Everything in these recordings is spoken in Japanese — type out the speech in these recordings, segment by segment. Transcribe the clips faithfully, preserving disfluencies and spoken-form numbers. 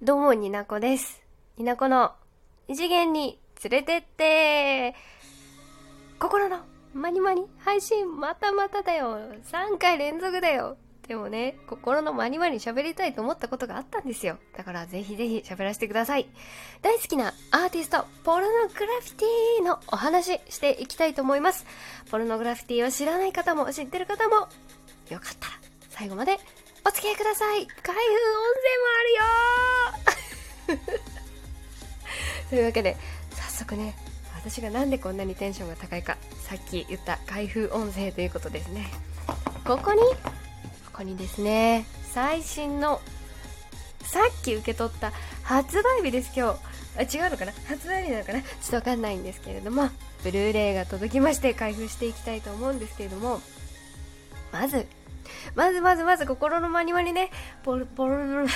どうもになこです。になこの異次元に連れてって心のまにまに配信またまただよ。さんかい連続だよ。でもね、心のまにまに喋りたいと思ったことがあったんですよ。だからぜひぜひ喋らせてください。大好きなアーティストポルノグラフィティのお話していきたいと思います。ポルノグラフィティを知らない方も知ってる方もよかったら最後までお付き合いください。開封温泉もあるよというわけで早速ね、私がなんでこんなにテンションが高いか、さっき言った開封音声ということですね。ここにここにですね、最新のさっき受け取った発売日です。今日あ違うのかな、発売日なのかな、ちょっとわかんないんですけれども、ブルーレイが届きまして開封していきたいと思うんですけれども、まずまずまずまず心のまにまにね、ポルポル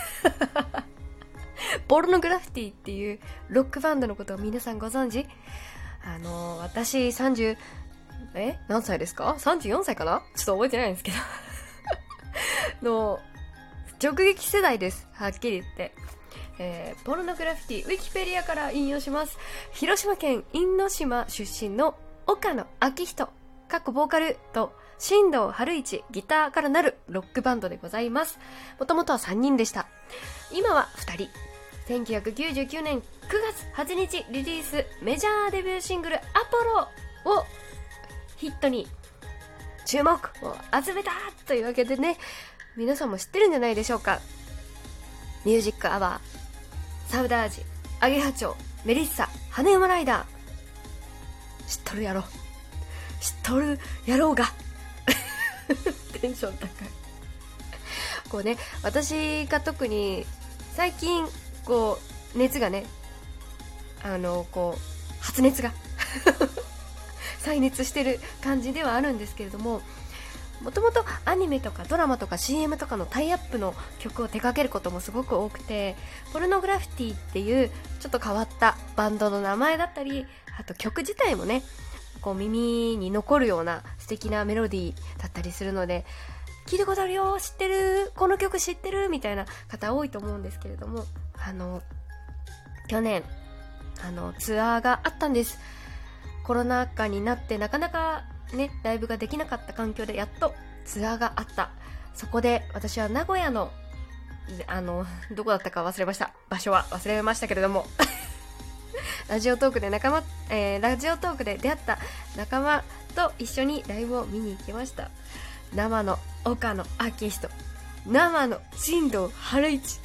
ポルノグラフィティっていうロックバンドのことを皆さんご存知？あの私さんじゅうえ何歳ですか？さんじゅうよんさいかな、ちょっと覚えてないんですけどの直撃世代です。はっきり言って、えー、ポルノグラフィティウィキペディアから引用します。広島県因島出身の岡野昭仁かっこボーカルと新藤春一ギターからなるロックバンドでございます。もともとはさんにんでした。今はふたり。せんきゅうひゃくきゅうじゅうきゅうねんくがつはちにちリリースメジャーデビューシングルアポロをヒットに注目を集めたというわけでね、皆さんも知ってるんじゃないでしょうか。ミュージックアワー、サウダージ、アゲハチョウ、メリッサ、羽馬ライダー、知っとるやろ知っとるやろうがテンション高い。こうね、私が特に最近こう熱がね、あのこう発熱が再熱してる感じではあるんですけれども、もともとアニメとかドラマとか シーエム とかのタイアップの曲を手掛けることもすごく多くて、ポルノグラフィティっていうちょっと変わったバンドの名前だったり、あと曲自体もね、こう耳に残るような素敵なメロディーだったりするので、聞いたことあるよ、知ってる、この曲知ってるみたいな方多いと思うんですけれども、あの去年あのツアーがあったんです。コロナ禍になってなかなかねライブができなかった環境でやっとツアーがあった。そこで私は名古屋のあのどこだったか忘れました、場所は忘れましたけれどもラジオトークで仲間、えー、ラジオトークで出会った仲間と一緒にライブを見に行きました。生の岡野昭仁、生の新藤春一、好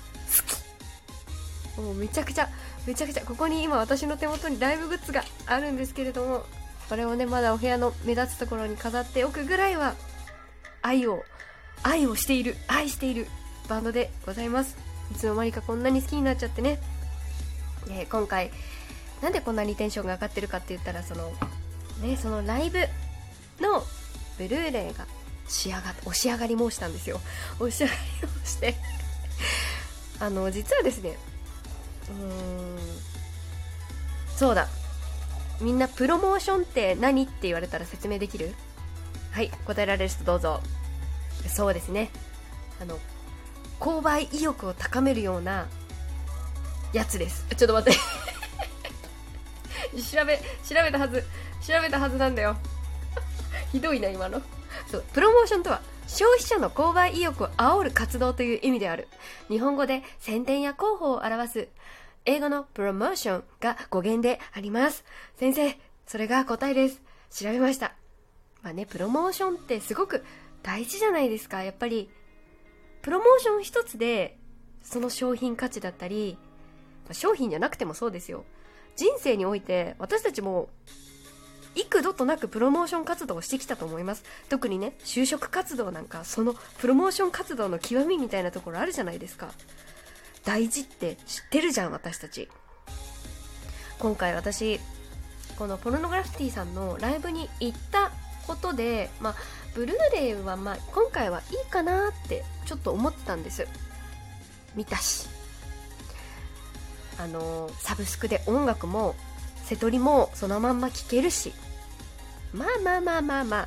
き。もうめちゃくちゃめちゃくちゃ、ここに今私の手元にライブグッズがあるんですけれども、これをねまだお部屋の目立つところに飾っておくぐらいは愛を愛をしている愛しているバンドでございます。いつの間にかこんなに好きになっちゃってね。で今回なんでこんなにテンションが上がってるかって言ったら、そのねそのライブのブルーレイが仕上がっ押し上がり申したんですよ。押し上がり申してあの実はですね、うーんそうだ、みんなプロモーションって何って言われたら説明できる？はい、答えられる人どうぞ。そうですね、あの購買意欲を高めるようなやつです。ちょっと待って調べ調べたはず調べたはずなんだよひどいな今の。そう、プロモーションとは消費者の購買意欲を煽る活動という意味である。日本語で宣伝や広報を表す、英語のプロモーションが語源であります。先生、それが答えです。調べました。まあね、プロモーションってすごく大事じゃないですか。やっぱりプロモーション一つでその商品価値だったり、商品じゃなくてもそうですよ。人生において私たちも幾度となくプロモーション活動をしてきたと思います。特にね、就職活動なんかそのプロモーション活動の極みみたいなところあるじゃないですか。大事って知ってるじゃん私たち。今回私このポルノグラフィティさんのライブに行ったことで、まあブルーレイはまあ今回はいいかなってちょっと思ってたんです。見たし、あのサブスクで音楽も瀬取りもそのまんま聴けるし、まあまあまあまあまあ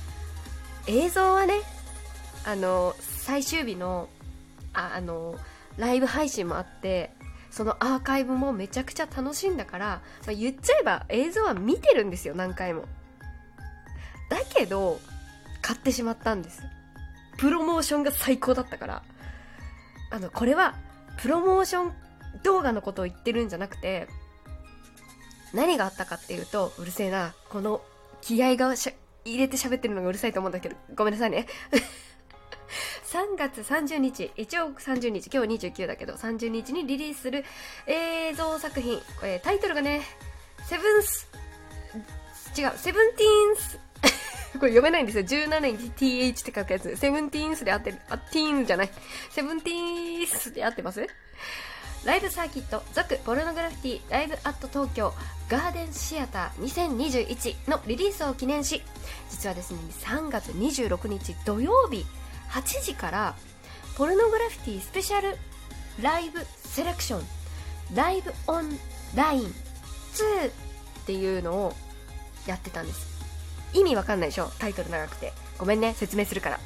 映像はね、あの最終日のああのライブ配信もあって、そのアーカイブもめちゃくちゃ楽しんだから、まあ、言っちゃえば映像は見てるんですよ、何回も。だけど買ってしまったんです。プロモーションが最高だったから。あのこれはプロモーション動画のことを言ってるんじゃなくて、何があったかっていうと、うるせえな、この気合がしゃ入れて喋ってるのがうるさいと思うんだけど、ごめんなさいねさんがつさんじゅうにち、一応さんじゅうにち、今日にじゅうくだけどさんじゅうにちにリリースする映像作品、えー、タイトルがね、セブンス違うセブンティーンスこれ読めないんですよ。じゅうななに ティーエイチ って書くやつ。セブンティーンスで合ってる。あ、ティーンじゃない。セブンティーンスで合ってます？ライブサーキット続ポルノグラフィティライブアット東京ガーデンシアターにせんにじゅういちのリリースを記念し、実はですね、さんがつにじゅうろくにち土曜日はちじからポルノグラフィティスペシャルライブセレクションライブオンラインツーっていうのをやってたんです。意味わかんないでしょ、タイトル長くて。ごめんね、説明するから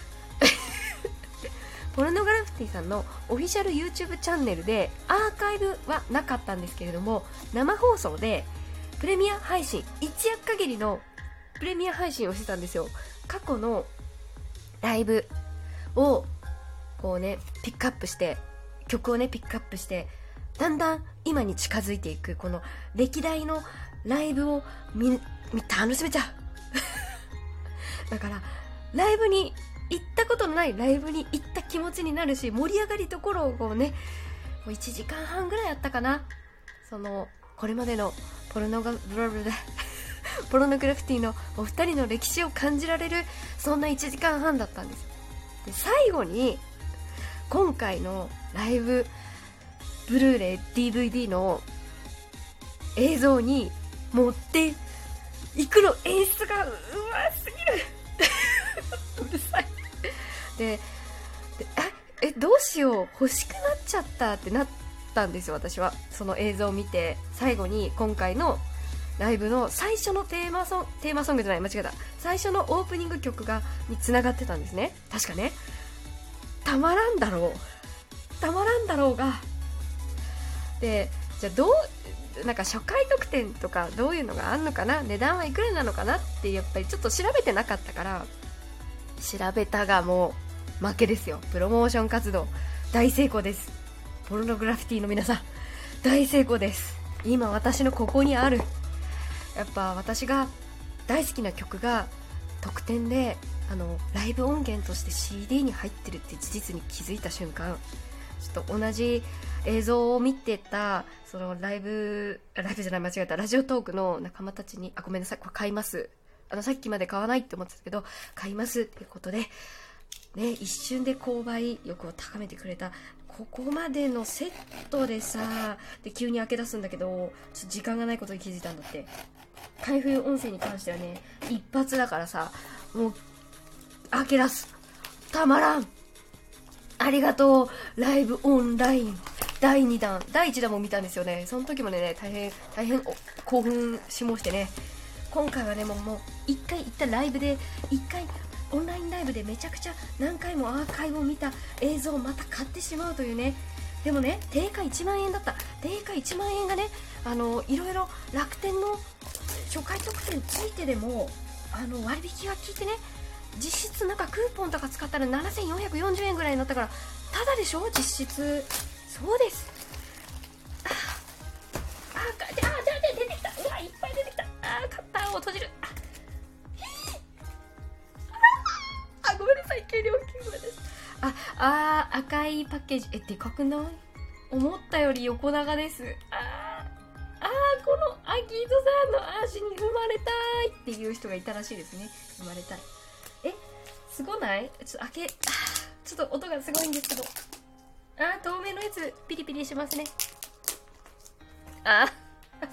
ポルノグラフィティさんのオフィシャル YouTube チャンネルでアーカイブはなかったんですけれども、生放送でプレミア配信、一夜限りのプレミア配信をしてたんですよ。過去のライブをこうねピックアップして、曲をねピックアップして、だんだん今に近づいていくこの歴代のライブを見見楽しめちゃうだからライブに行ったことのないライブに行った気持ちになるし、盛り上がりところをこうね、もういちじかんはんぐらいあったかな。そのこれまでのポルノがブラブラポルノグラフィティのお二人の歴史を感じられる、そんないちじかんはんだったんです。で最後に今回のライブブルーレイ ディーブイディー の映像に持っていくの演出がうますぎるうるさいででえどうしよう、欲しくなっちゃったってなったんですよ。私はその映像を見て、最後に今回のライブの最初のテーマソンテーマソングじゃない、間違えた、最初のオープニング曲がに繋がってたんですね。確かね、たまらんだろうたまらんだろうがで、じゃあどうなんか初回特典とかどういうのがあんのかな、値段はいくらなのかなってやっぱりちょっと調べてなかったから、調べたがもう負けですよ。プロモーション活動大成功です。ポルノグラフィティの皆さん大成功です。今私のここにある、やっぱ私が大好きな曲が特典であのライブ音源として シーディー に入ってるって事実に気づいた瞬間、ちょっと同じ映像を見てたそのライブライブじゃない間違えたラジオトークの仲間たちに、あごめんなさい、これ買います、あのさっきまで買わないって思ってたけど買いますっていうことでね、一瞬で購買欲を高めてくれた、ここまでのセットでさ、で急に開け出すんだけどちょっと時間がないことに気づいたんだって。開封音声に関してはね一発だからさ、もう開け出す、たまらん、ありがとうライブオンラインだいにだんだいいちだんも見たんですよね。その時もね大変大変興奮しましてね、今回はねもうもう一回行ったライブで一回オンラインライブでめちゃくちゃ何回もアーカイブを見た映像をまた買ってしまうというね。でもね定価いちまんえんだった。定価いちまんえんがね、あのいろいろ楽天の初回特典ついてでもあの割引が効いてね、実質なんかクーポンとか使ったらななせんよんひゃくよんじゅうえんぐらいになったからただでしょ実質。そうです。あああじゃあじゃあ出てきた、うわいっぱい出てきた。あーカッターを閉じる。ああごめんなさい、軽量級です。ああー赤いパッケージ、えでかくない？思ったより横長です。ああーこのアギードさんの足に踏まれたいっていう人がいたらしいですね。踏まれたい、えすごない？ちょっと開け、あちょっと音がすごいんですけど、あ透明のやつピリピリしますね。あえ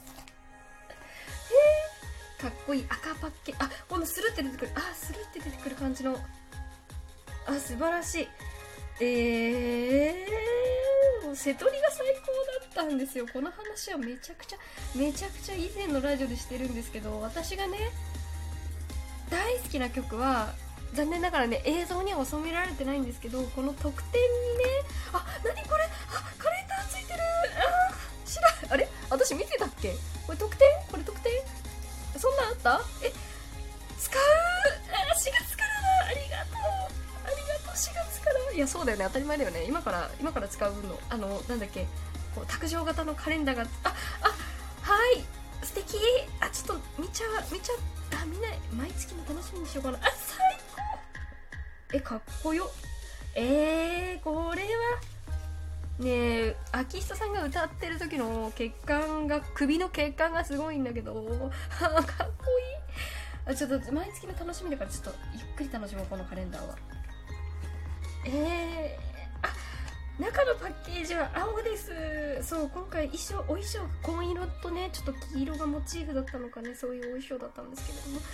ー、かっこいい赤パッケージ。あこのスルって出てくる、あスルって出てくる感じの、あ素晴らしい。えー、もう瀬戸りが最高だったんですよ。この話はめちゃくちゃめちゃくちゃ以前のラジオでしてるんですけど、私がね大好きな曲は残念ながらね映像には収められてないんですけど、この特典にね、あ何け？これ特典？これ特典？そんなんあった？え、使う？あ、しがつからだ。ありがとう。ありがとう、しがつから。いや、そうだよね。当たり前だよね。今から、今から使うの。あの、なんだっけ。こう卓上型のカレンダーが、あ、あ、はい。素敵。あ、ちょっと見ちゃう、見ちゃう。あ、見ない。毎月の楽しみにしようかな。あ、最高。え、かっこよ。えー、これは、ねえ、アキヒトさんが歌ってる時の血管が、首の血管がすごいんだけど、かっこいい。あ、ちょっと毎月の楽しみだから、ちょっとゆっくり楽しもう、このカレンダーは。えー、あ、中のパッケージは青です。そう、今回衣装、お衣装が紺色とね、ちょっと黄色がモチーフだったのかね、そういうお衣装だったんですけれども、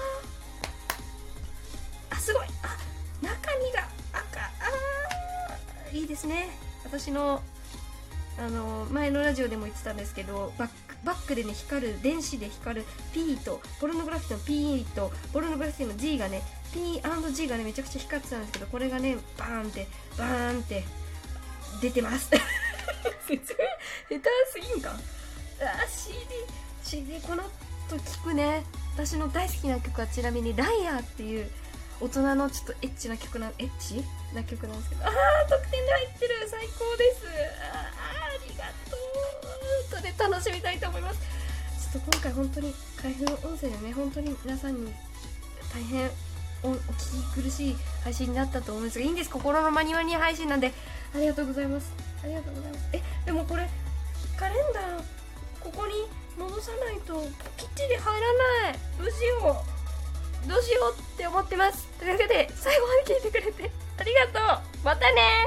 あ、すごい。あ、中身が赤、あー、いいですね。私のあの前のラジオでも言ってたんですけど、バックバックでね光る、電子で光る P とポルノグラフィティの P とポルノグラフィティの G がね、 P&G がねめちゃくちゃ光ってたんですけど、これがねバーンってバーンって出てます説明下手すぎんか。あ、 シーディー シーディー この後聞くね。私の大好きな曲はちなみにライアーっていう大人のちょっとエッチな曲な、エッチな曲なんですけど、あー、特典で入ってる。最高です。あー、ありがとう。それ楽しみたいと思います。ちょっと今回本当に開封の音声でね、本当に皆さんに大変お, お聞き苦しい配信になったと思うんですが、いいんです。心のマニマニ配信なんで、ありがとうございます。ありがとうございます。え、でもこれカレンダーここに戻さないときっちり入らない。どうしようどうしようって思ってます。というわけで最後まで聞いてくれてありがとう。またね。